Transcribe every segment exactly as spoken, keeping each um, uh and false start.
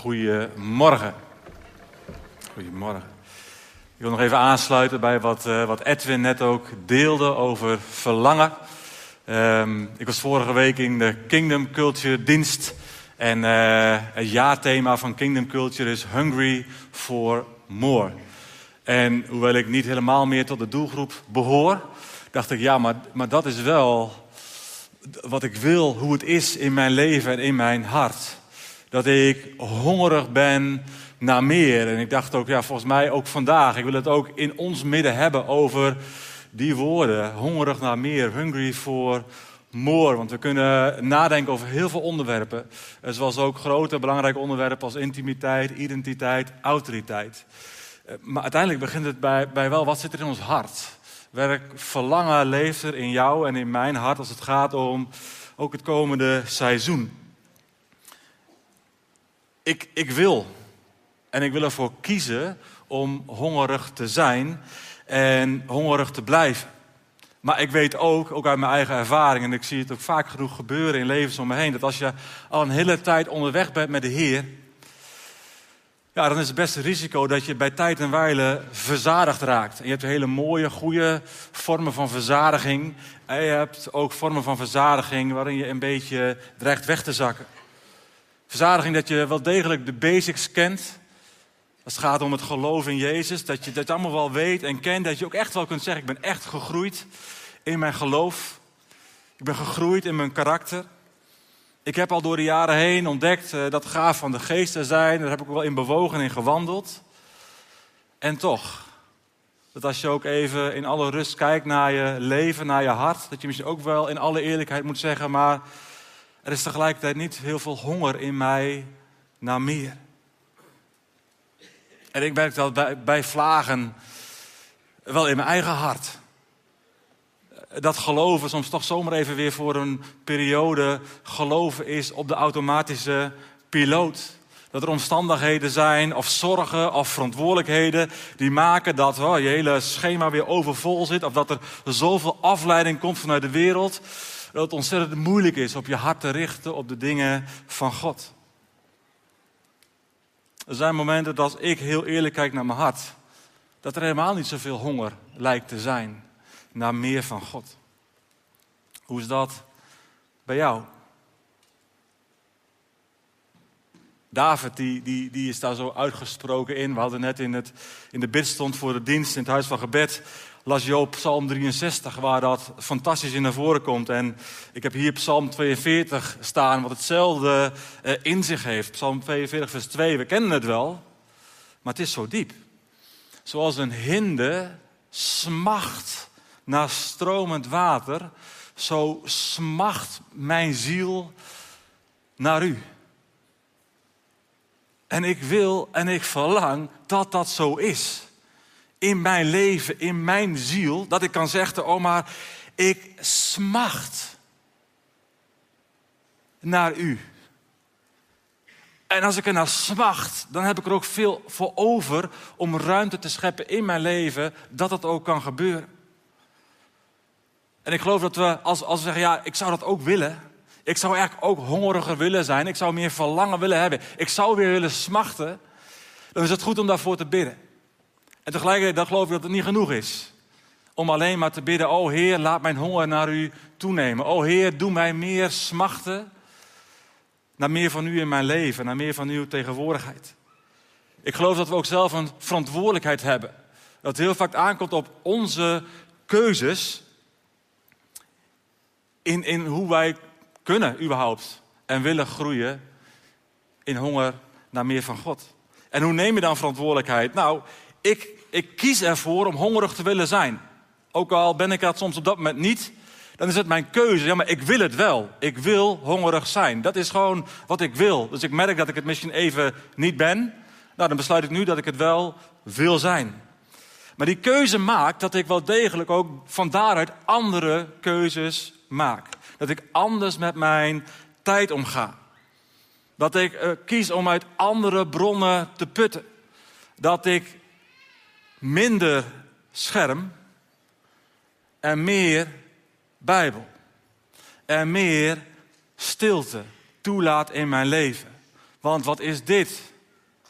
Goedemorgen. Goedemorgen. Ik wil nog even aansluiten bij wat, uh, wat Edwin net ook deelde over verlangen. Um, ik was vorige week in de Kingdom Culture dienst. En uh, het jaarthema van Kingdom Culture is Hungry for More. En hoewel ik niet helemaal meer tot de doelgroep behoor, dacht ik, ja, maar, maar dat is wel wat ik wil, hoe het is in mijn leven en in mijn hart. Dat ik hongerig ben naar meer. En ik dacht ook, ja, volgens mij ook vandaag. Ik wil het ook in ons midden hebben over die woorden. Hongerig naar meer, hungry for more. Want we kunnen nadenken over heel veel onderwerpen. Zoals ook grote, belangrijke onderwerpen als intimiteit, identiteit, autoriteit. Maar uiteindelijk begint het bij, bij wel, wat zit er in ons hart? Welk verlangen leeft er in jou en in mijn hart als het gaat om ook het komende seizoen? Ik, ik wil en ik wil ervoor kiezen om hongerig te zijn en hongerig te blijven. Maar ik weet ook, ook uit mijn eigen ervaring, en ik zie het ook vaak genoeg gebeuren in levens om me heen, dat als je al een hele tijd onderweg bent met de Heer, ja, dan is het beste risico dat je bij tijd en wijle verzadigd raakt. En je hebt hele mooie, goede vormen van verzadiging. En je hebt ook vormen van verzadiging waarin je een beetje dreigt weg te zakken. Verzadiging dat je wel degelijk de basics kent. Als het gaat om het geloof in Jezus. Dat je dat allemaal wel weet en kent. Dat je ook echt wel kunt zeggen, ik ben echt gegroeid in mijn geloof. Ik ben gegroeid in mijn karakter. Ik heb al door de jaren heen ontdekt uh, dat gaaf van de geest er zijn. Daar heb ik ook wel in bewogen en gewandeld. En toch, dat als je ook even in alle rust kijkt naar je leven, naar je hart, dat je misschien ook wel in alle eerlijkheid moet zeggen, maar er is tegelijkertijd niet heel veel honger in mij naar meer. En ik merk dat bij, bij vlagen, wel in mijn eigen hart, dat geloven soms toch zomaar even weer voor een periode geloven is op de automatische piloot. Dat er omstandigheden zijn of zorgen of verantwoordelijkheden die maken dat oh, je hele schema weer overvol zit. Of dat er zoveel afleiding komt vanuit de wereld. Dat het ontzettend moeilijk is op je hart te richten op de dingen van God. Er zijn momenten dat als ik heel eerlijk kijk naar mijn hart, dat er helemaal niet zoveel honger lijkt te zijn naar meer van God. Hoe is dat bij jou? David die, die, die is daar zo uitgesproken in. We hadden net in, het, in de bidstond voor de dienst in het huis van gebed, las je op Psalm drieënzestig, waar dat fantastisch in naar voren komt. En ik heb hier Psalm tweeënveertig staan, wat hetzelfde uh, in zich heeft. Psalm tweeënveertig vers twee, we kennen het wel, maar het is zo diep. Zoals een hinde smacht naar stromend water, zo smacht mijn ziel naar u. En ik wil en ik verlang dat dat zo is. In mijn leven, in mijn ziel, dat ik kan zeggen, oh maar ik smacht naar u. En als ik er naar smacht, dan heb ik er ook veel voor over om ruimte te scheppen in mijn leven, dat dat ook kan gebeuren. En ik geloof dat we, als, als we zeggen, ja, ik zou dat ook willen. Ik zou eigenlijk ook hongeriger willen zijn. Ik zou meer verlangen willen hebben. Ik zou weer willen smachten. Dan is het goed om daarvoor te bidden. En tegelijkertijd dan geloof ik dat het niet genoeg is. Om alleen maar te bidden, oh Heer, laat mijn honger naar u toenemen. Oh Heer, doe mij meer smachten naar meer van u in mijn leven. Naar meer van uw tegenwoordigheid. Ik geloof dat we ook zelf een verantwoordelijkheid hebben. Dat het heel vaak aankomt op onze keuzes In, in hoe wij kunnen überhaupt en willen groeien in honger naar meer van God. En hoe neem je dan verantwoordelijkheid? Nou, ik, ik kies ervoor om hongerig te willen zijn. Ook al ben ik dat soms op dat moment niet, dan is het mijn keuze. Ja, maar ik wil het wel. Ik wil hongerig zijn. Dat is gewoon wat ik wil. Dus ik merk dat ik het misschien even niet ben. Nou, dan besluit ik nu dat ik het wel wil zijn. Maar die keuze maakt dat ik wel degelijk ook van daaruit andere keuzes maak. Dat ik anders met mijn tijd omga. Dat ik uh, kies om uit andere bronnen te putten. Dat ik minder scherm en meer Bijbel. En meer stilte toelaat in mijn leven. Want wat is dit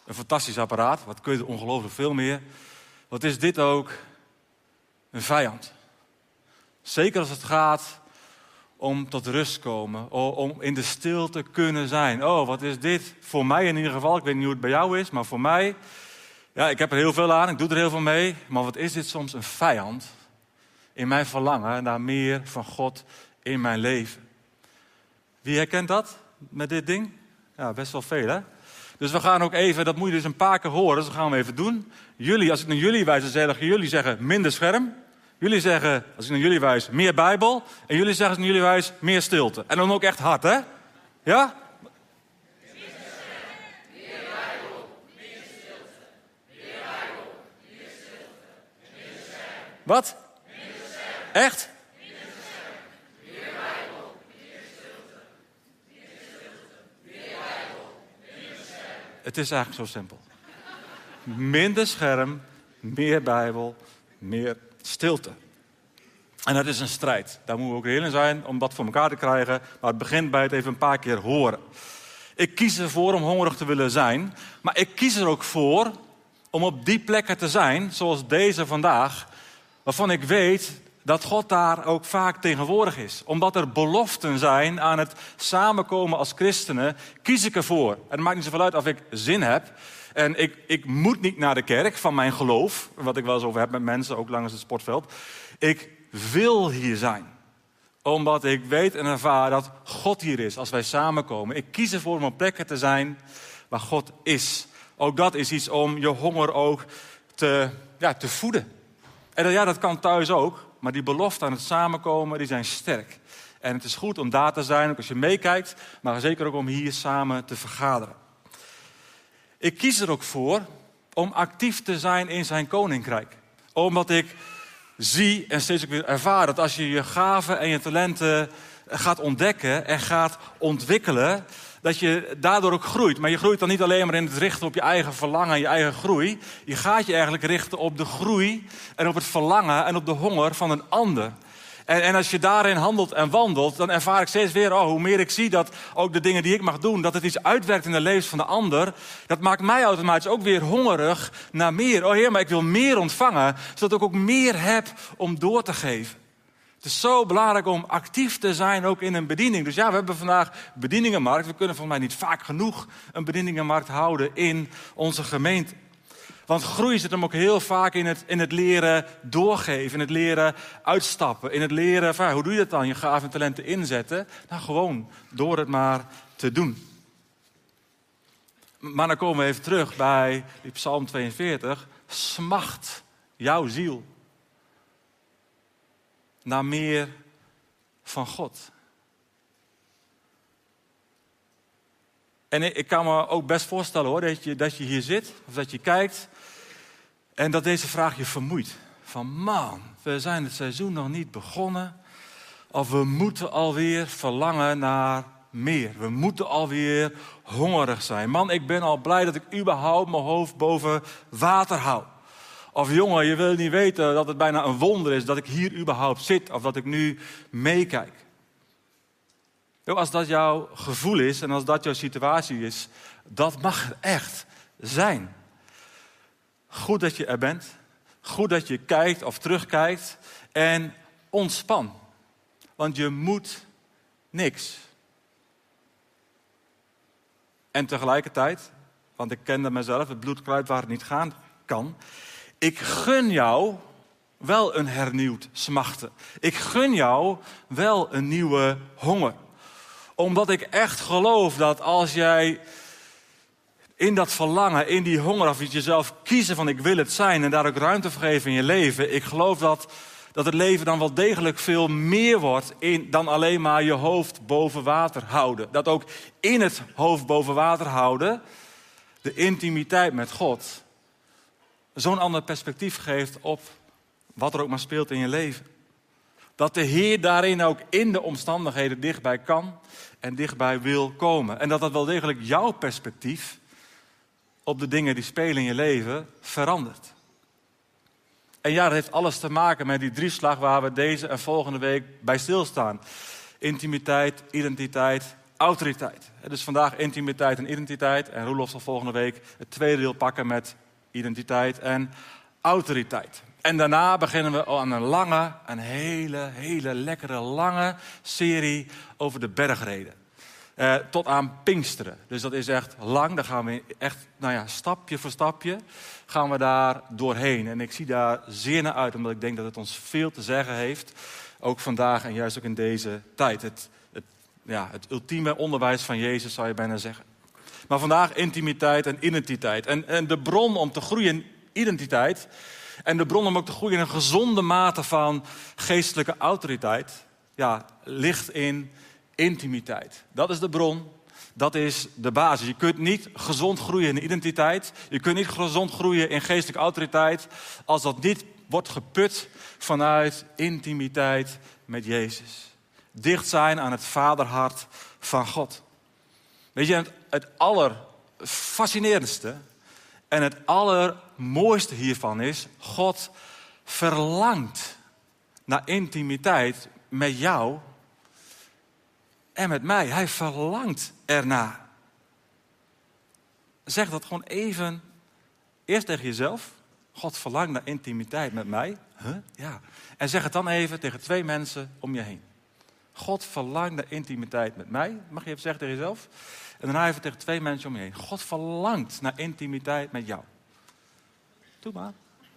een fantastisch apparaat. Wat kun je er ongelooflijk veel meer. Wat is dit ook? Een vijand. Zeker als het gaat om tot rust komen. Om in de stilte kunnen zijn. Oh, wat is dit? Voor mij in ieder geval. Ik weet niet hoe het bij jou is, maar voor mij... Ja, ik heb er heel veel aan. Ik doe er heel veel mee. Maar wat is dit soms een vijand in mijn verlangen naar meer van God in mijn leven? Wie herkent dat met dit ding? Ja, best wel veel, hè? Dus we gaan ook even, dat moet je dus een paar keer horen, dus dat gaan we even doen. Jullie, als ik naar jullie wijs, dan zeggen jullie zeggen minder scherm. Jullie zeggen, als ik naar jullie wijs, meer Bijbel. En jullie zeggen als ik naar jullie wijs, meer stilte. En dan ook echt hard, hè? Ja? Minder scherm, meer Bijbel, meer stilte. Meer Bijbel, meer stilte. Minder scherm. Wat? Minder scherm. Echt? Minder scherm, meer Bijbel, meer stilte. Minder stilte, meer Bijbel, minder scherm. Het is eigenlijk zo simpel. Minder scherm, meer Bijbel, meer stilte. En dat is een strijd. Daar moeten we ook heel in zijn om dat voor elkaar te krijgen. Maar het begint bij het even een paar keer horen. Ik kies ervoor om hongerig te willen zijn. Maar ik kies er ook voor om op die plekken te zijn, zoals deze vandaag, waarvan ik weet dat God daar ook vaak tegenwoordig is. Omdat er beloften zijn aan het samenkomen als christenen, kies ik ervoor. En het maakt niet zoveel uit of ik zin heb. En ik, ik moet niet naar de kerk van mijn geloof, wat ik wel eens over heb met mensen, ook langs het sportveld. Ik wil hier zijn. Omdat ik weet en ervaar dat God hier is als wij samenkomen. Ik kies ervoor om op plekken te zijn waar God is. Ook dat is iets om je honger ook te, ja, te voeden. En ja, dat kan thuis ook. Maar die beloften aan het samenkomen, die zijn sterk. En het is goed om daar te zijn, ook als je meekijkt. Maar zeker ook om hier samen te vergaderen. Ik kies er ook voor om actief te zijn in zijn koninkrijk. Omdat ik zie en steeds ook weer ervaar dat als je je gaven en je talenten gaat ontdekken en gaat ontwikkelen, dat je daardoor ook groeit. Maar je groeit dan niet alleen maar in het richten op je eigen verlangen en je eigen groei. Je gaat je eigenlijk richten op de groei en op het verlangen en op de honger van een ander. En, en als je daarin handelt en wandelt, dan ervaar ik steeds weer, oh, hoe meer ik zie dat ook de dingen die ik mag doen, dat het iets uitwerkt in de levens van de ander. Dat maakt mij automatisch ook weer hongerig naar meer. Oh Heer, maar ik wil meer ontvangen, zodat ik ook meer heb om door te geven. Het is zo belangrijk om actief te zijn ook in een bediening. Dus ja, we hebben vandaag bedieningenmarkt. We kunnen volgens mij niet vaak genoeg een bedieningenmarkt houden in onze gemeente. Want groei zit hem ook heel vaak in het, in het leren doorgeven, in het leren uitstappen, in het leren van, hoe doe je dat dan? Je gaven en talenten inzetten. Nou, gewoon door het maar te doen. Maar dan komen we even terug bij die Psalm tweeënveertig. Smacht jouw ziel naar meer van God. En ik kan me ook best voorstellen hoor, dat je, dat je hier zit of dat je kijkt en dat deze vraag je vermoeit. Van man, we zijn het seizoen nog niet begonnen of we moeten alweer verlangen naar meer. We moeten alweer hongerig zijn. Man, ik ben al blij dat ik überhaupt mijn hoofd boven water hou. Of jongen, je wil niet weten dat het bijna een wonder is dat ik hier überhaupt zit of dat ik nu meekijk. Als dat jouw gevoel is en als dat jouw situatie is, dat mag er echt zijn. Goed dat je er bent. Goed dat je kijkt of terugkijkt. En ontspan. Want je moet niks. En tegelijkertijd, want ik kende mezelf, het bloed kruipt waar het niet gaan kan. Ik gun jou wel een hernieuwd smachten. Ik gun jou wel een nieuwe honger. Omdat ik echt geloof dat als jij in dat verlangen, in die honger, of jezelf kiezen van ik wil het zijn en daar ook ruimte voor geven in je leven. Ik geloof dat, dat het leven dan wel degelijk veel meer wordt in, dan alleen maar je hoofd boven water houden. Dat ook in het hoofd boven water houden, de intimiteit met God, zo'n ander perspectief geeft op wat er ook maar speelt in je leven. Dat de Heer daarin ook in de omstandigheden dichtbij kan en dichtbij wil komen. En dat dat wel degelijk jouw perspectief op de dingen die spelen in je leven verandert. En ja, dat heeft alles te maken met die drieslag waar we deze en volgende week bij stilstaan. Intimiteit, identiteit autoriteit. Dus vandaag intimiteit en identiteit. En Roelof zal volgende week het tweede deel pakken met identiteit en autoriteit. En daarna beginnen we aan een lange, een hele, hele lekkere lange serie over de bergreden. Uh, tot aan Pinksteren. Dus dat is echt lang. Daar gaan we echt, nou ja, stapje voor stapje gaan we daar doorheen. En ik zie daar zeer naar uit, omdat ik denk dat het ons veel te zeggen heeft. Ook vandaag en juist ook in deze tijd. Het, het, ja, het ultieme onderwijs van Jezus zou je bijna zeggen. Maar vandaag intimiteit en identiteit. En, en de bron om te groeien in identiteit en de bron om ook te groeien in een gezonde mate van geestelijke autoriteit, ja, ligt in intimiteit. Dat is de bron, dat is de basis. Je kunt niet gezond groeien in identiteit, je kunt niet gezond groeien in geestelijke autoriteit als dat niet wordt geput vanuit intimiteit met Jezus. Dicht zijn aan het vaderhart van God. Weet je, het, het allerfascinerendste en het allermooiste hiervan is, God verlangt naar intimiteit met jou en met mij. Hij verlangt ernaar. Zeg dat gewoon even eerst tegen jezelf. God verlangt naar intimiteit met mij. Huh? Ja. En zeg het dan even tegen twee mensen om je heen. God verlangt naar intimiteit met mij. Mag je even zeggen tegen jezelf. En daarna even tegen twee mensen om je heen. God verlangt naar intimiteit met jou. Doe maar.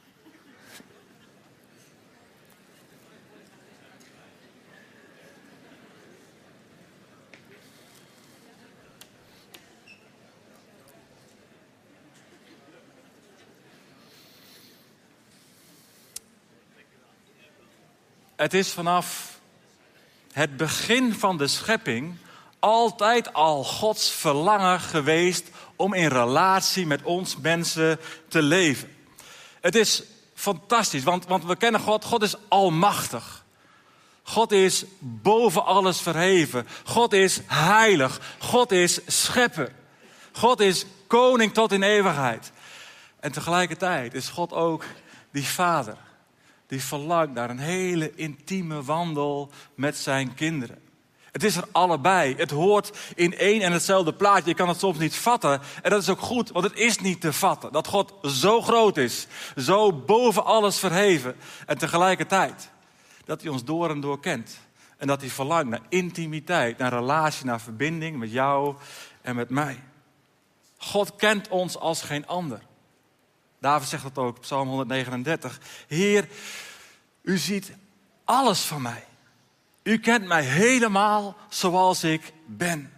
Het is vanaf het begin van de schepping altijd al Gods verlangen geweest om in relatie met ons mensen te leven. Het is fantastisch, want, want we kennen God. God is almachtig. God is boven alles verheven. God is heilig. God is schepper. God is koning tot in eeuwigheid. En tegelijkertijd is God ook die vader. Die verlangt naar een hele intieme wandel met zijn kinderen. Het is er allebei. Het hoort in één en hetzelfde plaatje. Je kan het soms niet vatten. En dat is ook goed, want het is niet te vatten. Dat God zo groot is. Zo boven alles verheven. En tegelijkertijd dat hij ons door en door kent. En dat hij verlangt naar intimiteit, naar relatie, naar verbinding met jou en met mij. God kent ons als geen ander. David zegt dat ook, Psalm honderdnegenendertig. Heer, u ziet alles van mij. U kent mij helemaal zoals ik ben.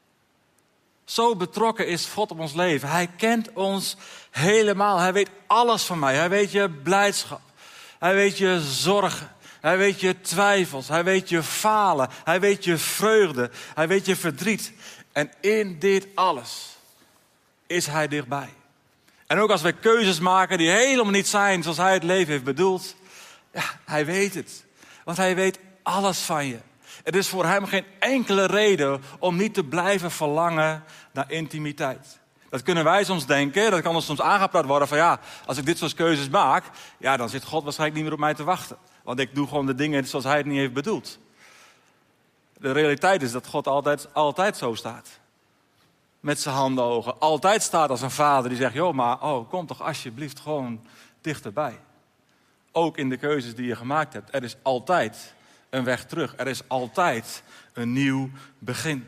Zo betrokken is God op ons leven. Hij kent ons helemaal. Hij weet alles van mij. Hij weet je blijdschap. Hij weet je zorgen. Hij weet je twijfels. Hij weet je falen. Hij weet je vreugde. Hij weet je verdriet. En in dit alles is hij dichtbij. En ook als wij keuzes maken die helemaal niet zijn zoals hij het leven heeft bedoeld. Ja, hij weet het. Want hij weet alles van je. Er is voor hem geen enkele reden om niet te blijven verlangen naar intimiteit. Dat kunnen wij soms denken, dat kan ons soms aangepraat worden van ja, als ik dit soort keuzes maak, ja, dan zit God waarschijnlijk niet meer op mij te wachten. Want ik doe gewoon de dingen zoals hij het niet heeft bedoeld. De realiteit is dat God altijd, altijd zo staat. Met zijn handen ogen. Altijd staat als een vader die zegt, joh, maar oh, kom toch alsjeblieft gewoon dichterbij. Ook in de keuzes die je gemaakt hebt. Er is altijd een weg terug. Er is altijd een nieuw begin.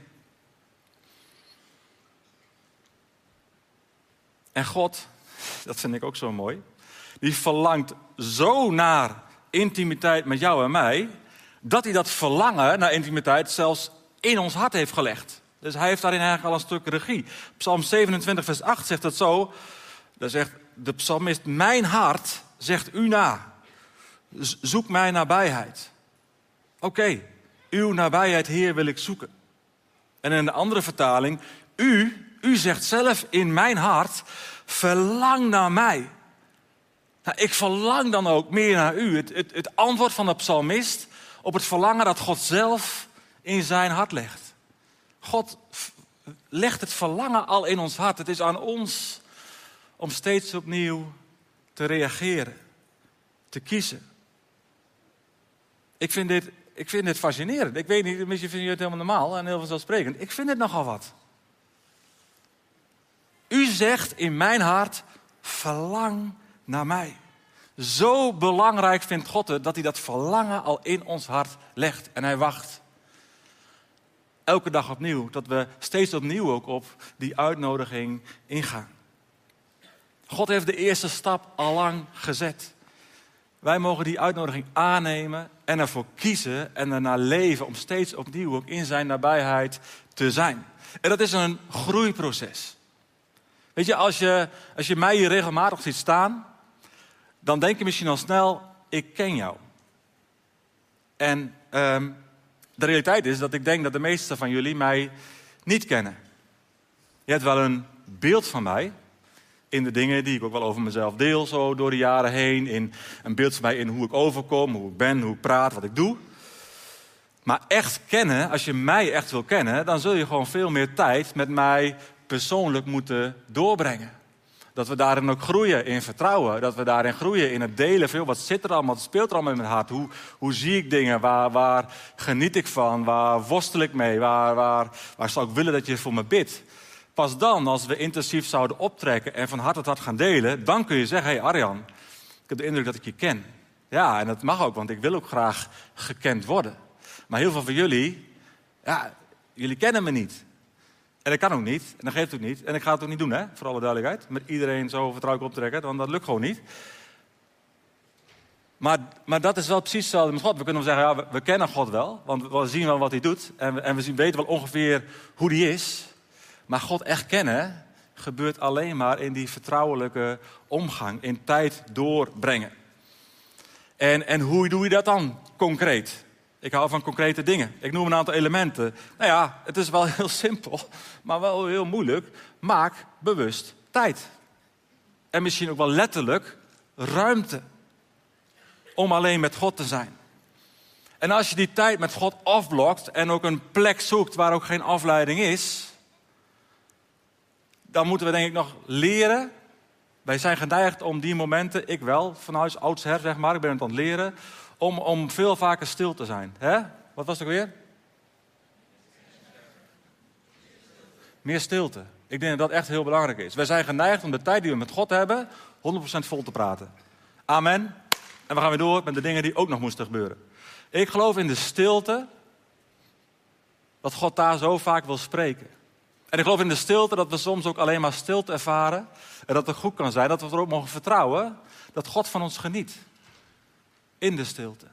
En God, dat vind ik ook zo mooi, die verlangt zo naar intimiteit met jou en mij, dat hij dat verlangen naar intimiteit zelfs in ons hart heeft gelegd. Dus hij heeft daarin eigenlijk al een stuk regie. Psalm zevenentwintig vers acht zegt het zo. Daar zegt de psalmist, mijn hart zegt u na. Zoek mijn nabijheid. Oké, okay, uw nabijheid, Heer, wil ik zoeken. En in een andere vertaling, u, u zegt zelf in mijn hart, verlang naar mij. Nou, ik verlang dan ook meer naar u. Het, het, het antwoord van de psalmist op het verlangen dat God zelf in zijn hart legt. God legt het verlangen al in ons hart. Het is aan ons om steeds opnieuw te reageren, te kiezen. Ik vind dit ik vind het fascinerend. Ik weet niet, misschien vinden jullie het helemaal normaal en heel vanzelfsprekend. Ik vind het nogal wat. U zegt in mijn hart, verlang naar mij. Zo belangrijk vindt God het dat hij dat verlangen al in ons hart legt. En hij wacht. Elke dag opnieuw. Dat we steeds opnieuw ook op die uitnodiging ingaan. God heeft de eerste stap al lang gezet. Wij mogen die uitnodiging aannemen en ervoor kiezen en ernaar leven om steeds opnieuw ook in zijn nabijheid te zijn. En dat is een groeiproces. Weet je, als je, als je mij hier regelmatig ziet staan, dan denk je misschien al snel, ik ken jou. En um, de realiteit is dat ik denk dat de meesten van jullie mij niet kennen. Je hebt wel een beeld van mij in de dingen die ik ook wel over mezelf deel, zo door de jaren heen. In een beeld van mij in hoe ik overkom, hoe ik ben, hoe ik praat, wat ik doe. Maar echt kennen, als je mij echt wil kennen, dan zul je gewoon veel meer tijd met mij persoonlijk moeten doorbrengen. Dat we daarin ook groeien in vertrouwen. Dat we daarin groeien in het delen. Veel, wat zit er allemaal? Wat speelt er allemaal in mijn hart? Hoe, hoe zie ik dingen? Waar, waar geniet ik van? Waar worstel ik mee? Waar, waar, waar zou ik willen dat je voor me bidt? Pas dan, als we intensief zouden optrekken en van hart tot hart gaan delen, dan kun je zeggen, hé hey Arjan, ik heb de indruk dat ik je ken. Ja, en dat mag ook, want ik wil ook graag gekend worden. Maar heel veel van jullie, ja, jullie kennen me niet. En dat kan ook niet, en dat geeft ook niet. En ik ga het ook niet doen, hè, voor alle duidelijkheid. Met iedereen zo vertrouwelijk optrekken, want dat lukt gewoon niet. Maar, maar dat is wel precies hetzelfde met God. We kunnen wel zeggen, ja, we, we kennen God wel, want we zien wel wat hij doet. En we, en we zien, weten wel ongeveer hoe hij is. Maar God echt kennen gebeurt alleen maar in die vertrouwelijke omgang, in tijd doorbrengen. En, en hoe doe je dat dan concreet? Ik hou van concrete dingen. Ik noem een aantal elementen. Nou ja, het is wel heel simpel, maar wel heel moeilijk. Maak bewust tijd. En misschien ook wel letterlijk ruimte om alleen met God te zijn. En als je die tijd met God afblokt en ook een plek zoekt waar ook geen afleiding is, dan moeten we denk ik nog leren. Wij zijn geneigd om die momenten, ik wel, vanuit oudsher zeg maar, ik ben het aan het leren, om, om veel vaker stil te zijn. Hè? Wat was het ook weer? Meer stilte. Ik denk dat dat echt heel belangrijk is. Wij zijn geneigd om de tijd die we met God hebben honderd procent vol te praten. Amen. En we gaan weer door met de dingen die ook nog moesten gebeuren. Ik geloof in de stilte dat God daar zo vaak wil spreken. En ik geloof in de stilte dat we soms ook alleen maar stilte ervaren. En dat het goed kan zijn, dat we er ook mogen vertrouwen dat God van ons geniet. In de stilte.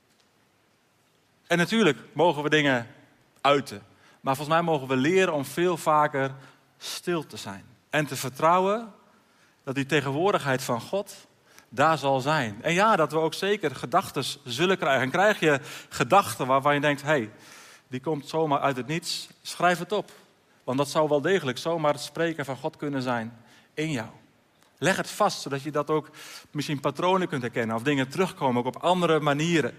En natuurlijk mogen we dingen uiten. Maar volgens mij mogen we leren om veel vaker stil te zijn. En te vertrouwen dat die tegenwoordigheid van God daar zal zijn. En ja, dat we ook zeker gedachten zullen krijgen. En krijg je gedachten waarvan je denkt, hé, hey, die komt zomaar uit het niets. Schrijf het op. Want dat zou wel degelijk zomaar het spreken van God kunnen zijn in jou. Leg het vast, zodat je dat ook misschien patronen kunt herkennen. Of dingen terugkomen, ook op andere manieren.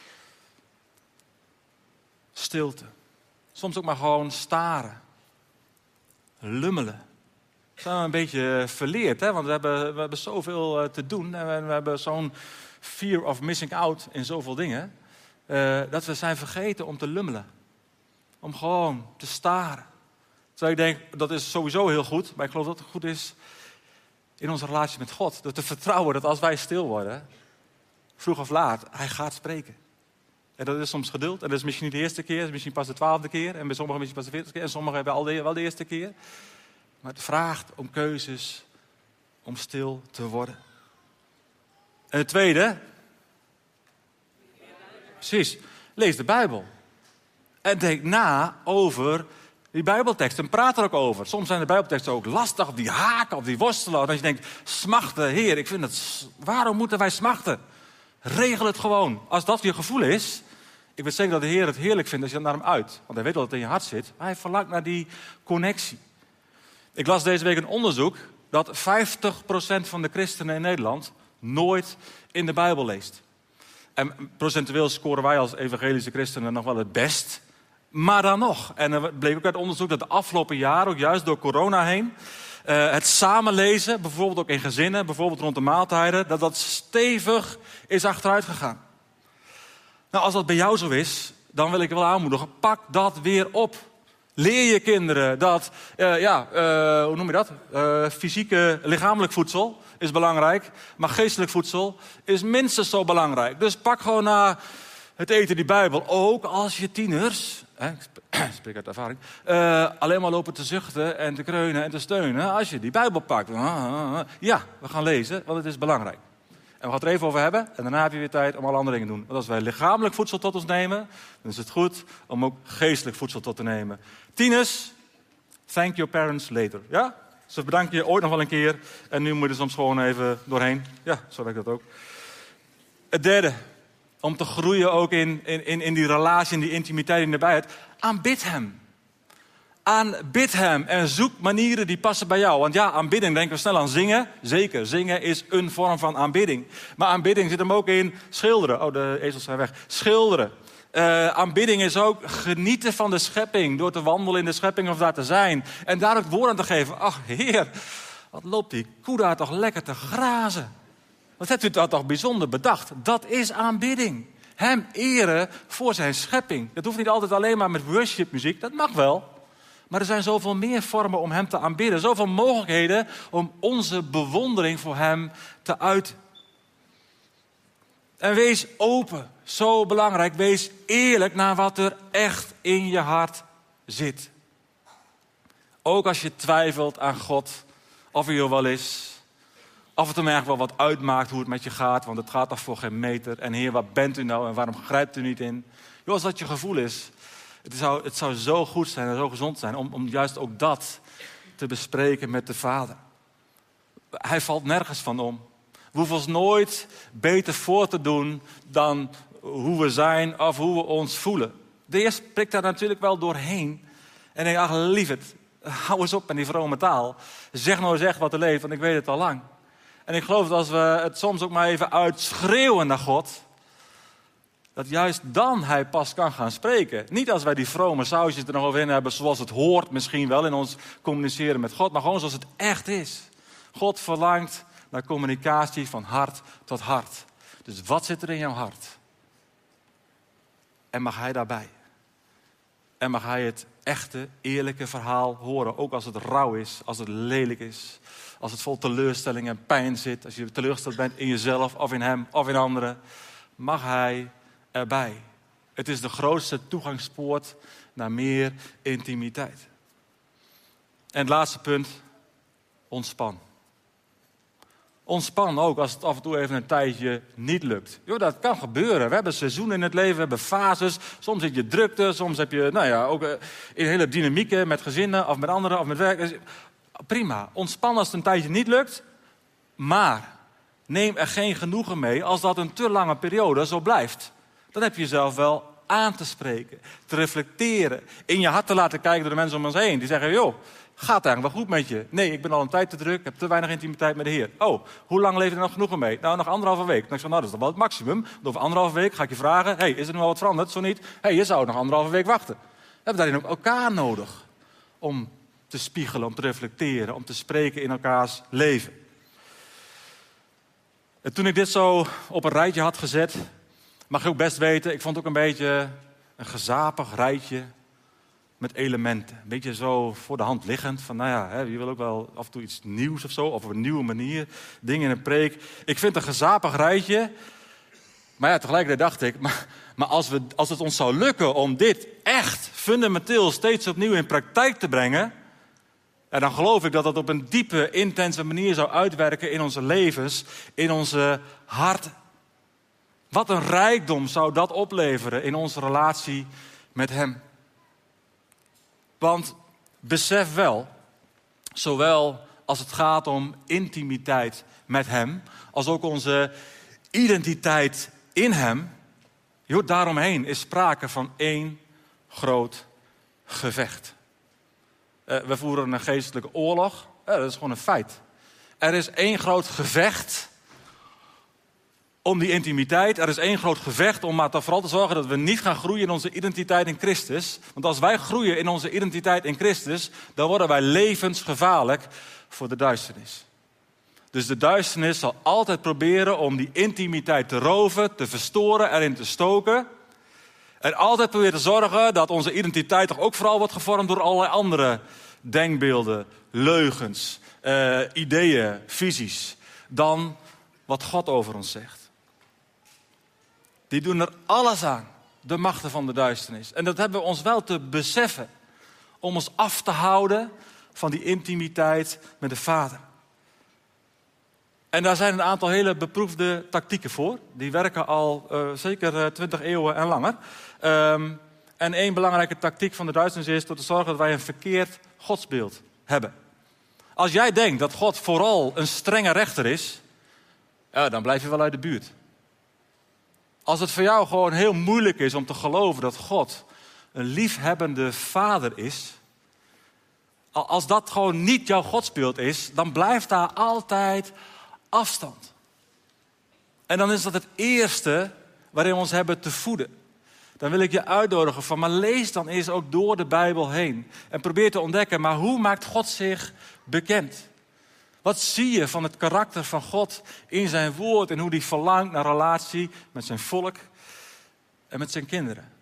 Stilte. Soms ook maar gewoon staren. Lummelen. We zijn een beetje verleerd, hè? Want we hebben, we hebben zoveel te doen. En we, we hebben zo'n fear of missing out in zoveel dingen. Uh, dat we zijn vergeten om te lummelen. Om gewoon te staren. Terwijl ik denk, dat is sowieso heel goed. Maar ik geloof dat het goed is in onze relatie met God. Dat te vertrouwen dat als wij stil worden, vroeg of laat, hij gaat spreken. En dat is soms geduld. En dat is misschien niet de eerste keer, is misschien pas de twaalfde keer. En bij sommigen misschien pas de veertigste keer. En sommigen hebben al de, wel de eerste keer. Maar het vraagt om keuzes, om stil te worden. En het tweede, precies, lees de Bijbel. En denk na over die Bijbelteksten. Praat er ook over. Soms zijn de Bijbelteksten ook lastig, of die haken, of die worstelen. En als je denkt, smachten, Heer, ik vind het, waarom moeten wij smachten? Regel het gewoon. Als dat je gevoel is, ik weet zeker dat de Heer het heerlijk vindt als je dat naar hem uit. Want hij weet wel dat het in je hart zit. Maar hij verlangt naar die connectie. Ik las deze week een onderzoek dat vijftig procent van de christenen in Nederland nooit in de Bijbel leest. En procentueel scoren wij als evangelische christenen nog wel het best. Maar dan nog. En er bleek ook uit onderzoek dat de afgelopen jaren, ook juist door corona heen, Uh, het samenlezen, bijvoorbeeld ook in gezinnen, bijvoorbeeld rond de maaltijden, dat dat stevig is achteruit gegaan. Nou, als dat bij jou zo is, dan wil ik wel aanmoedigen, pak dat weer op. Leer je kinderen dat, uh, ja, uh, hoe noem je dat? Uh, fysieke, lichamelijk voedsel is belangrijk, maar geestelijk voedsel is minstens zo belangrijk. Dus pak gewoon na het eten die Bijbel, ook als je tieners, hè, ik spreek uit ervaring, uh, alleen maar lopen te zuchten en te kreunen en te steunen. Als je die Bijbel pakt, ja, we gaan lezen, want het is belangrijk. En we gaan het er even over hebben. En daarna heb je weer tijd om alle andere dingen te doen. Want als wij lichamelijk voedsel tot ons nemen, dan is het goed om ook geestelijk voedsel tot te nemen. Tieners, thank your parents later. Ja? Ze bedanken je ooit nog wel een keer. En nu moet je soms gewoon even doorheen. Ja, zo werkt dat ook. Het derde, om te groeien ook in, in, in die relatie, in die intimiteit, in de nabijheid. Aanbid hem. Aanbid hem en zoek manieren die passen bij jou. Want ja, aanbidding, denken we snel aan zingen. Zeker, zingen is een vorm van aanbidding. Maar aanbidding zit hem ook in schilderen. Oh, de ezels zijn weg. Schilderen. Uh, aanbidding is ook genieten van de schepping. Door te wandelen in de schepping of daar te zijn. En daar ook woord aan te geven. Ach, Heer, wat loopt die koe daar toch lekker te grazen. Wat hebt u dat toch bijzonder bedacht. Dat is aanbidding. Hem eren voor zijn schepping. Dat hoeft niet altijd alleen maar met worshipmuziek. Dat mag wel. Maar er zijn zoveel meer vormen om hem te aanbidden. Zoveel mogelijkheden om onze bewondering voor hem te uiten. En wees open. Zo belangrijk. Wees eerlijk naar wat er echt in je hart zit. Ook als je twijfelt aan God. Of hij er wel is. Of het hem eigenlijk wel wat uitmaakt hoe het met je gaat. Want het gaat toch voor geen meter. En Heer, waar bent u nou en waarom grijpt u niet in? Joh, als dat je gevoel is. Het zou, het zou zo goed zijn en zo gezond zijn om, om juist ook dat te bespreken met de Vader. Hij valt nergens van om. We hoeven ons nooit beter voor te doen dan hoe we zijn of hoe we ons voelen. De Heer spreekt daar natuurlijk wel doorheen. En denk, ach lieverd, hou eens op met die vrome taal. Zeg nou eens echt wat er leeft, want ik weet het al lang. En ik geloof dat als we het soms ook maar even uitschreeuwen naar God, dat juist dan hij pas kan gaan spreken. Niet als wij die vrome sausjes er nog over in hebben, zoals het hoort misschien wel in ons communiceren met God, maar gewoon zoals het echt is. God verlangt naar communicatie van hart tot hart. Dus wat zit er in jouw hart? En mag hij daarbij? En mag hij het echte, eerlijke verhaal horen? Ook als het rauw is, als het lelijk is, als het vol teleurstelling en pijn zit, als je teleurgesteld bent in jezelf of in hem of in anderen, mag hij erbij. Het is de grootste toegangspoort naar meer intimiteit. En het laatste punt, ontspan. Ontspan ook als het af en toe even een tijdje niet lukt. Jo, dat kan gebeuren. We hebben seizoenen in het leven, we hebben fases. Soms zit je drukte, soms heb je nou ja, ook in hele dynamieken met gezinnen of met anderen of met werk. Prima, ontspan als het een tijdje niet lukt. Maar neem er geen genoegen mee als dat een te lange periode zo blijft. Dan heb je jezelf wel aan te spreken, te reflecteren, in je hart te laten kijken door de mensen om ons heen. Die zeggen, joh, gaat het eigenlijk wel goed met je? Nee, ik ben al een tijd te druk, heb te weinig intimiteit met de Heer. Oh, hoe lang leef je er nog genoegen mee? Nou, nog anderhalve week. Nou, ik zeg, nou, dat is toch wel het maximum. Want over anderhalve week ga ik je vragen, hey, is er nu al wat veranderd? Zo niet, hey, je zou nog anderhalve week wachten. We hebben daarin ook elkaar nodig om te spiegelen, om te reflecteren, om te spreken in elkaars leven. En toen ik dit zo op een rijtje had gezet, mag je ook best weten, ik vond het ook een beetje een gezapig rijtje met elementen. Een beetje zo voor de hand liggend. Van, nou ja, hè, je wil ook wel af en toe iets nieuws of zo, of op een nieuwe manier. Dingen in een preek. Ik vind het een gezapig rijtje. Maar ja, tegelijkertijd dacht ik, maar, maar als, we, als het ons zou lukken om dit echt fundamenteel steeds opnieuw in praktijk te brengen, en dan geloof ik dat dat op een diepe, intense manier zou uitwerken in onze levens, in onze hart. Wat een rijkdom zou dat opleveren in onze relatie met hem. Want besef wel, zowel als het gaat om intimiteit met hem, als ook onze identiteit in hem, joh, daaromheen is sprake van één groot gevecht. Uh, we voeren een geestelijke oorlog, uh, dat is gewoon een feit. Er is één groot gevecht om die intimiteit. Er is één groot gevecht om maar vooral te zorgen dat we niet gaan groeien in onze identiteit in Christus. Want als wij groeien in onze identiteit in Christus, dan worden wij levensgevaarlijk voor de duisternis. Dus de duisternis zal altijd proberen om die intimiteit te roven, te verstoren, erin te stoken. En altijd proberen te zorgen dat onze identiteit toch ook vooral wordt gevormd door allerlei andere denkbeelden, leugens, uh, ideeën, visies, dan wat God over ons zegt. Die doen er alles aan, de machten van de duisternis. En dat hebben we ons wel te beseffen, om ons af te houden van die intimiteit met de Vader. En daar zijn een aantal hele beproefde tactieken voor. Die werken al uh, zeker twintig eeuwen en langer. Um, en één belangrijke tactiek van de duisternis is door te zorgen dat wij een verkeerd godsbeeld hebben. Als jij denkt dat God vooral een strenge rechter is, ja, dan blijf je wel uit de buurt. Als het voor jou gewoon heel moeilijk is om te geloven dat God een liefhebbende vader is, als dat gewoon niet jouw godsbeeld is, dan blijft daar altijd afstand. En dan is dat het eerste waarin we ons hebben te voeden. Dan wil ik je uitnodigen van, maar lees dan eens ook door de Bijbel heen. En probeer te ontdekken, maar hoe maakt God zich bekend? Wat zie je van het karakter van God in zijn woord en hoe die verlangt naar relatie met zijn volk en met zijn kinderen?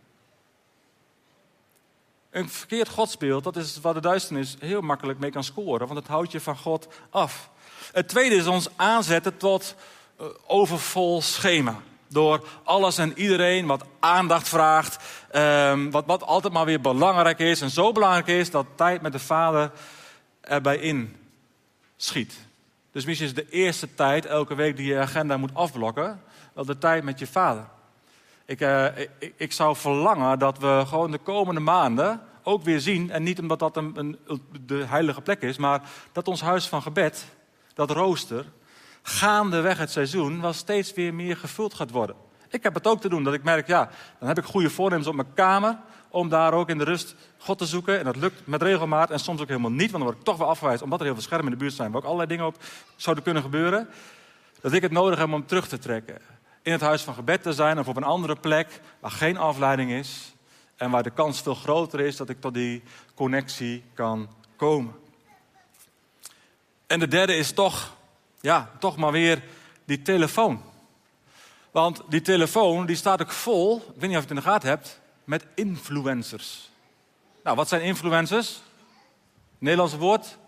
Een verkeerd godsbeeld, dat is waar de duisternis heel makkelijk mee kan scoren, want het houdt je van God af. Het tweede is ons aanzetten tot uh, overvol schema. Door alles en iedereen wat aandacht vraagt, um, wat, wat altijd maar weer belangrijk is. En zo belangrijk is dat tijd met de Vader erbij in schiet. Dus misschien is de eerste tijd elke week die je agenda moet afblokken, wel de tijd met je Vader. Ik, uh, ik, ik zou verlangen dat we gewoon de komende maanden ook weer zien, en niet omdat dat een, een, de heilige plek is, maar dat ons huis van gebed, dat rooster, gaandeweg het seizoen wel steeds weer meer gevuld gaat worden. Ik heb het ook te doen, dat ik merk, ja, dan heb ik goede voornemens op mijn kamer om daar ook in de rust God te zoeken. En dat lukt met regelmaat en soms ook helemaal niet, want dan word ik toch wel afgewezen, omdat er heel veel schermen in de buurt zijn, waar ook allerlei dingen op zouden kunnen gebeuren. Dat ik het nodig heb om terug te trekken. In het huis van gebed te zijn of op een andere plek waar geen afleiding is en waar de kans veel groter is dat ik tot die connectie kan komen. En de derde is toch, ja, toch maar weer die telefoon. Want die telefoon die staat ook vol, ik weet niet of je het in de gaten hebt, met influencers. Nou, wat zijn influencers? Nederlandse woord?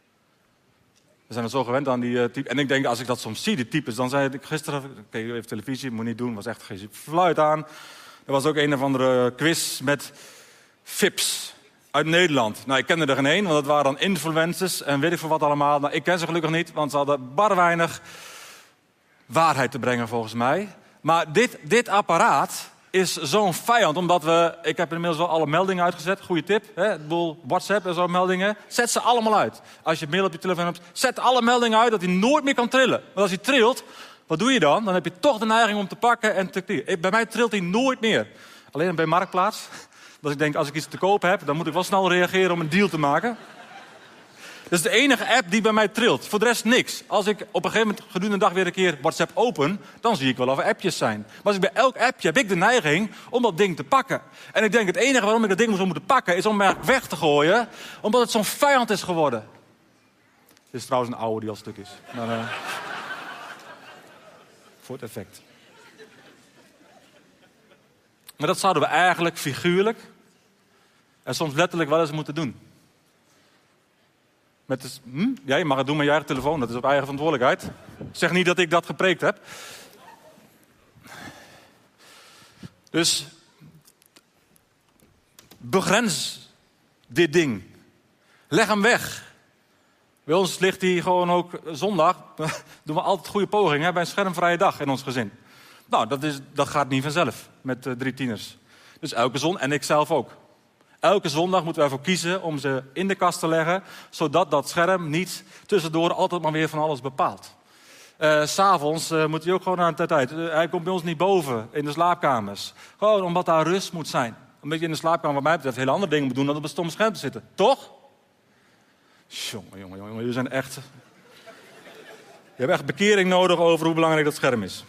We zijn er zo gewend aan die uh, type. En ik denk, als ik dat soms zie, die types, dan zei ik gisteren, ik keek even televisie, moet niet doen, was echt geen fluit aan. Er was ook een of andere quiz met Vips uit Nederland. Nou, ik kende er geen één, want dat waren dan influencers en weet ik veel wat allemaal. Nou, ik ken ze gelukkig niet, want ze hadden bar weinig waarheid te brengen volgens mij. Maar dit, dit apparaat is zo'n vijand, omdat we, ik heb inmiddels wel alle meldingen uitgezet, goede tip, hè, ik bedoel, WhatsApp en zo meldingen, zet ze allemaal uit. Als je mail op je telefoon hebt, zet alle meldingen uit dat hij nooit meer kan trillen. Want als hij trilt, wat doe je dan? Dan heb je toch de neiging om te pakken en te klikken. Bij mij trilt hij nooit meer. Alleen bij Marktplaats. Dat ik denk, als ik iets te koop heb, dan moet ik wel snel reageren om een deal te maken. Dat is de enige app die bij mij trilt. Voor de rest niks. Als ik op een gegeven moment gedurende de dag weer een keer WhatsApp open, dan zie ik wel of er appjes zijn. Maar als ik bij elk appje heb ik de neiging om dat ding te pakken. En ik denk, het enige waarom ik dat ding zou moeten pakken, is om hem weg te gooien, omdat het zo'n vijand is geworden. Dit is trouwens een oude die al stuk is. Maar, uh, voor het effect. Maar dat zouden we eigenlijk figuurlijk en soms letterlijk wel eens moeten doen. Met de, hm? Ja, je mag het doen met je eigen telefoon, dat is op eigen verantwoordelijkheid. Zeg niet dat ik dat gepreekt heb. Dus begrens dit ding. Leg hem weg. Bij ons ligt hij gewoon ook zondag. Doen we altijd goede pogingen hè, bij een schermvrije dag in ons gezin. Nou, dat, is, dat gaat niet vanzelf met uh, drie tieners. Dus elke zon, en ik zelf ook. Elke zondag moeten wij ervoor kiezen om ze in de kast te leggen, zodat dat scherm niet tussendoor altijd maar weer van alles bepaalt. Uh, 's avonds uh, moet hij ook gewoon aan de tijd. Uh, hij komt bij ons niet boven in de slaapkamers. Gewoon omdat daar rust moet zijn. Omdat je in de slaapkamer wat mij betreft hele andere dingen moet doen dan op een stom scherm te zitten. Toch? Jongen, jongen, jongen, jullie zijn echt... Je hebt echt bekering nodig over hoe belangrijk dat scherm is.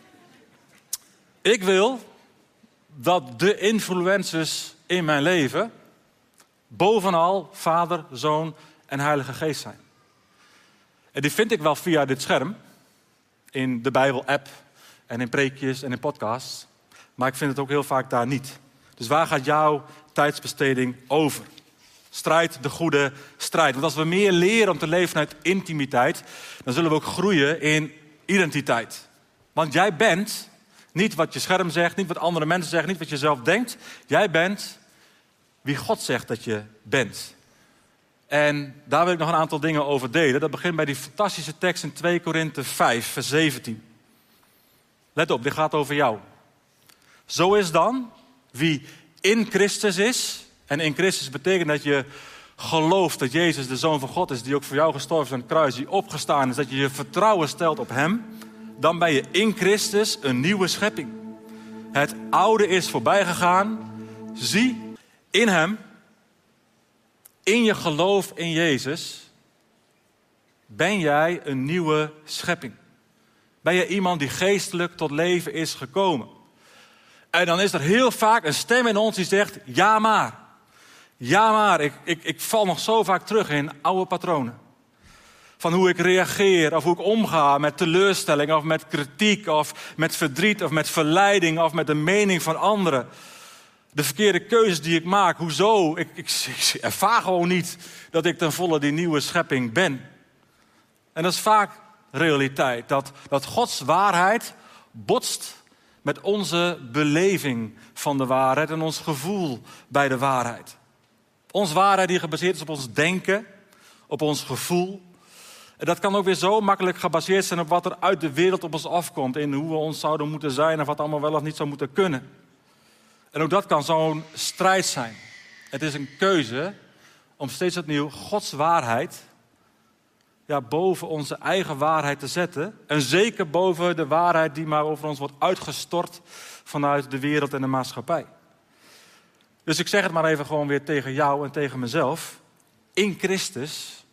Ik wil dat de influencers in mijn leven bovenal Vader, Zoon en Heilige Geest zijn. En die vind ik wel via dit scherm, in de Bijbel-app en in preekjes en in podcasts. Maar ik vind het ook heel vaak daar niet. Dus waar gaat jouw tijdsbesteding over? Strijd de goede strijd. Want als we meer leren om te leven vanuit intimiteit, dan zullen we ook groeien in identiteit. Want jij bent niet wat je scherm zegt, niet wat andere mensen zeggen, niet wat je zelf denkt. Jij bent wie God zegt dat je bent. En daar wil ik nog een aantal dingen over delen. Dat begint bij die fantastische tekst in twee Korinthe vijf, vers zeventien. Let op, dit gaat over jou. Zo is dan wie in Christus is. En in Christus betekent dat je gelooft dat Jezus de Zoon van God is, die ook voor jou gestorven is aan het kruis, die opgestaan is, dat je je vertrouwen stelt op hem. Dan ben je in Christus een nieuwe schepping. Het oude is voorbij gegaan. Zie, in hem, in je geloof in Jezus, ben jij een nieuwe schepping. Ben je iemand die geestelijk tot leven is gekomen. En dan is er heel vaak een stem in ons die zegt, ja maar. Ja maar, ik, ik, ik val nog zo vaak terug in oude patronen. Van hoe ik reageer of hoe ik omga met teleurstelling of met kritiek of met verdriet of met verleiding of met de mening van anderen. De verkeerde keuzes die ik maak, hoezo? Ik, ik, ik ervaar gewoon niet dat ik ten volle die nieuwe schepping ben. En dat is vaak realiteit. Dat, dat Gods waarheid botst met onze beleving van de waarheid en ons gevoel bij de waarheid. Onze waarheid die gebaseerd is op ons denken, op ons gevoel. En dat kan ook weer zo makkelijk gebaseerd zijn op wat er uit de wereld op ons afkomt. In hoe we ons zouden moeten zijn of wat allemaal wel of niet zou moeten kunnen. En ook dat kan zo'n strijd zijn. Het is een keuze om steeds opnieuw Gods waarheid ja, boven onze eigen waarheid te zetten. En zeker boven de waarheid die maar over ons wordt uitgestort vanuit de wereld en de maatschappij. Dus ik zeg het maar even gewoon weer tegen jou en tegen mezelf. In Christus,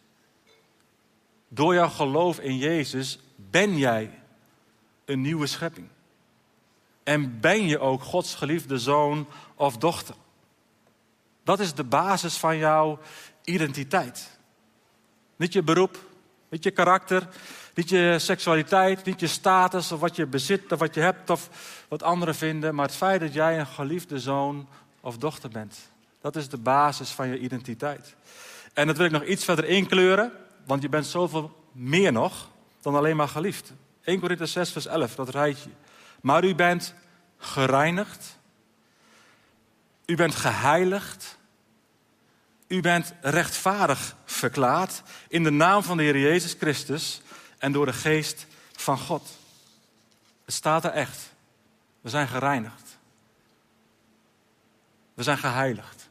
door jouw geloof in Jezus, ben jij een nieuwe schepping. En ben je ook Gods geliefde zoon of dochter. Dat is de basis van jouw identiteit. Niet je beroep, niet je karakter, niet je seksualiteit, niet je status of wat je bezit of wat je hebt of wat anderen vinden. Maar het feit dat jij een geliefde zoon of dochter bent. Dat is de basis van je identiteit. En dat wil ik nog iets verder inkleuren, want je bent zoveel meer nog dan alleen maar geliefd. Eerste Korinthe zes vers elf, dat rijtje. Maar u bent gereinigd. U bent geheiligd. U bent rechtvaardig verklaard in de naam van de Heer Jezus Christus en door de geest van God. Het staat er echt. We zijn gereinigd. We zijn geheiligd.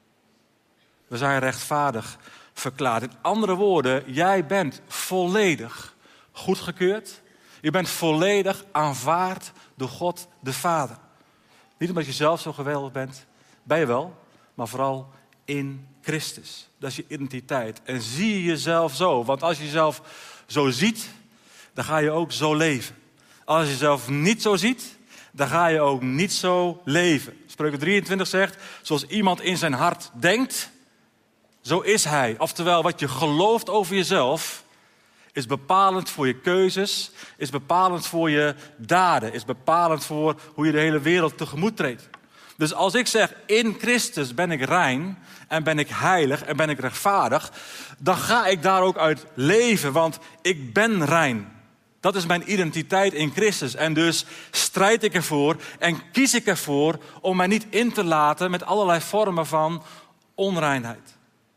We zijn rechtvaardig verklaard. In andere woorden, jij bent volledig goedgekeurd. Je bent volledig aanvaard door God de Vader. Niet omdat je zelf zo geweldig bent, ben je wel, maar vooral in Christus. Dat is je identiteit. En zie je jezelf zo. Want als je jezelf zo ziet, dan ga je ook zo leven. Als je jezelf niet zo ziet, dan ga je ook niet zo leven. Spreuken drieëntwintig zegt, zoals iemand in zijn hart denkt, zo is hij. Oftewel, wat je gelooft over jezelf is bepalend voor je keuzes, is bepalend voor je daden, is bepalend voor hoe je de hele wereld tegemoet treedt. Dus als ik zeg, in Christus ben ik rein en ben ik heilig en ben ik rechtvaardig, dan ga ik daar ook uit leven, want ik ben rein. Dat is mijn identiteit in Christus. En dus strijd ik ervoor en kies ik ervoor om mij niet in te laten met allerlei vormen van onreinheid.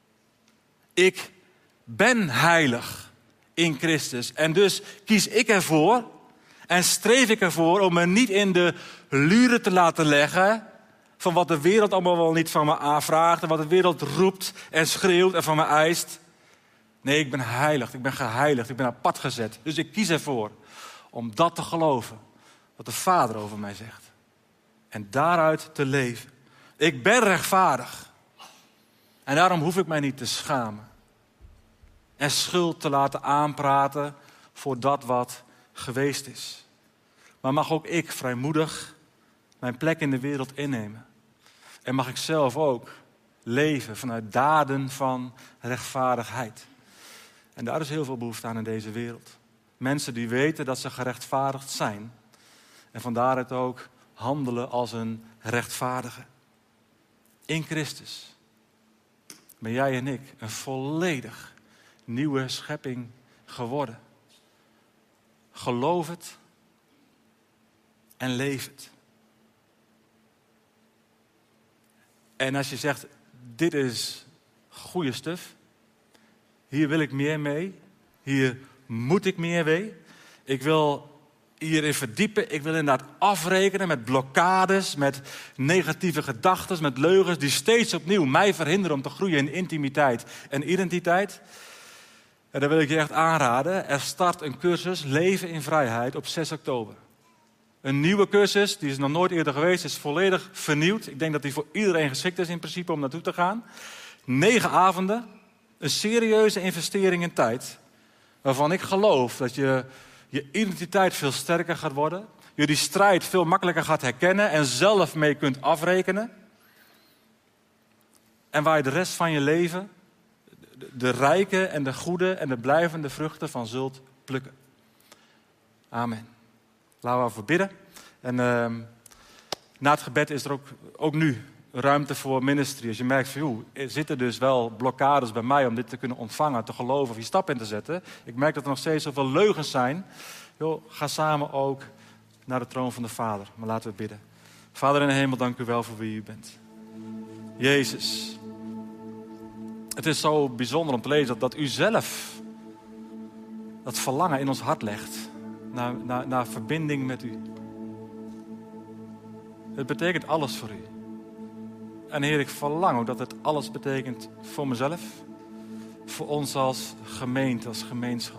Ik ben heilig in Christus. En dus kies ik ervoor en streef ik ervoor om me niet in de luren te laten leggen van wat de wereld allemaal wel niet van me aanvraagt en wat de wereld roept en schreeuwt en van me eist. Nee, ik ben heilig, ik ben geheiligd, ik ben apart gezet. Dus ik kies ervoor om dat te geloven, wat de Vader over mij zegt. En daaruit te leven. Ik ben rechtvaardig. En daarom hoef ik mij niet te schamen. En schuld te laten aanpraten voor dat wat geweest is. Maar mag ook ik vrijmoedig mijn plek in de wereld innemen. En mag ik zelf ook leven vanuit daden van rechtvaardigheid. En daar is heel veel behoefte aan in deze wereld. Mensen die weten dat ze gerechtvaardigd zijn. En van daaruit ook handelen als een rechtvaardige. In Christus ben jij en ik een volledig nieuwe schepping geworden. Geloof het en leef het. En als je zegt, dit is goede stuf, hier wil ik meer mee, hier moet ik meer mee. Ik wil hierin verdiepen, ik wil inderdaad afrekenen met blokkades, met negatieve gedachten, met leugens die steeds opnieuw mij verhinderen om te groeien in intimiteit en identiteit. En dan wil ik je echt aanraden, er start een cursus Leven in Vrijheid op zes oktober. Een nieuwe cursus, die is nog nooit eerder geweest, is volledig vernieuwd. Ik denk dat die voor iedereen geschikt is in principe om naartoe te gaan. Negen avonden, een serieuze investering in tijd, waarvan ik geloof dat je je identiteit veel sterker gaat worden. Je die strijd veel makkelijker gaat herkennen en zelf mee kunt afrekenen. En waar je de rest van je leven de, de rijke en de goede en de blijvende vruchten van zult plukken. Amen. Laten we voor bidden. En uh, na het gebed is er ook, ook nu ruimte voor ministry. Als je merkt van, joh, er zitten dus wel blokkades bij mij om dit te kunnen ontvangen, te geloven of je stap in te zetten. Ik merk dat er nog steeds zoveel leugens zijn. Joh, ga samen ook naar de troon van de Vader. Maar laten we bidden. Vader in de hemel, dank u wel voor wie u bent. Jezus. Het is zo bijzonder om te lezen dat, dat u zelf dat verlangen in ons hart legt. Naar, naar, naar verbinding met u. Het betekent alles voor u. En Heer, ik verlang ook dat het alles betekent voor mezelf. Voor ons als gemeente, als gemeenschap.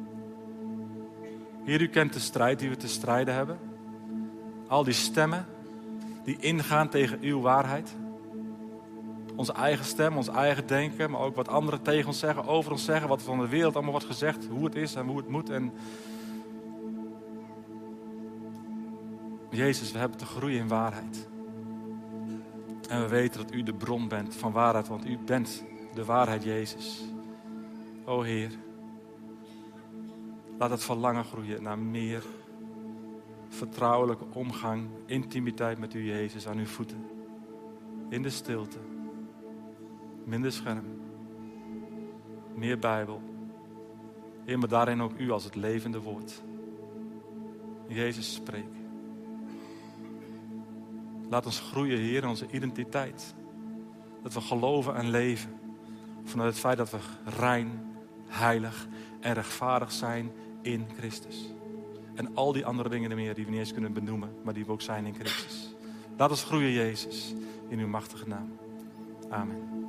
Heer, u kent de strijd die we te strijden hebben. Al die stemmen die ingaan tegen uw waarheid. Onze eigen stem, ons eigen denken, maar ook wat anderen tegen ons zeggen, over ons zeggen. Wat van de wereld allemaal wordt gezegd, hoe het is en hoe het moet. En Jezus, we hebben te groeien in waarheid. En we weten dat u de bron bent van waarheid, want u bent de waarheid, Jezus. O Heer, laat het verlangen groeien naar meer vertrouwelijke omgang, intimiteit met u, Jezus, aan uw voeten. In de stilte, minder scherm, meer Bijbel. Heer, maar daarin ook u als het levende woord. Jezus, spreek. Laat ons groeien, Heer, in onze identiteit. Dat we geloven en leven. Vanuit het feit dat we rein, heilig en rechtvaardig zijn in Christus. En al die andere dingen meer die we niet eens kunnen benoemen, maar die we ook zijn in Christus. Laat ons groeien, Jezus, in uw machtige naam. Amen.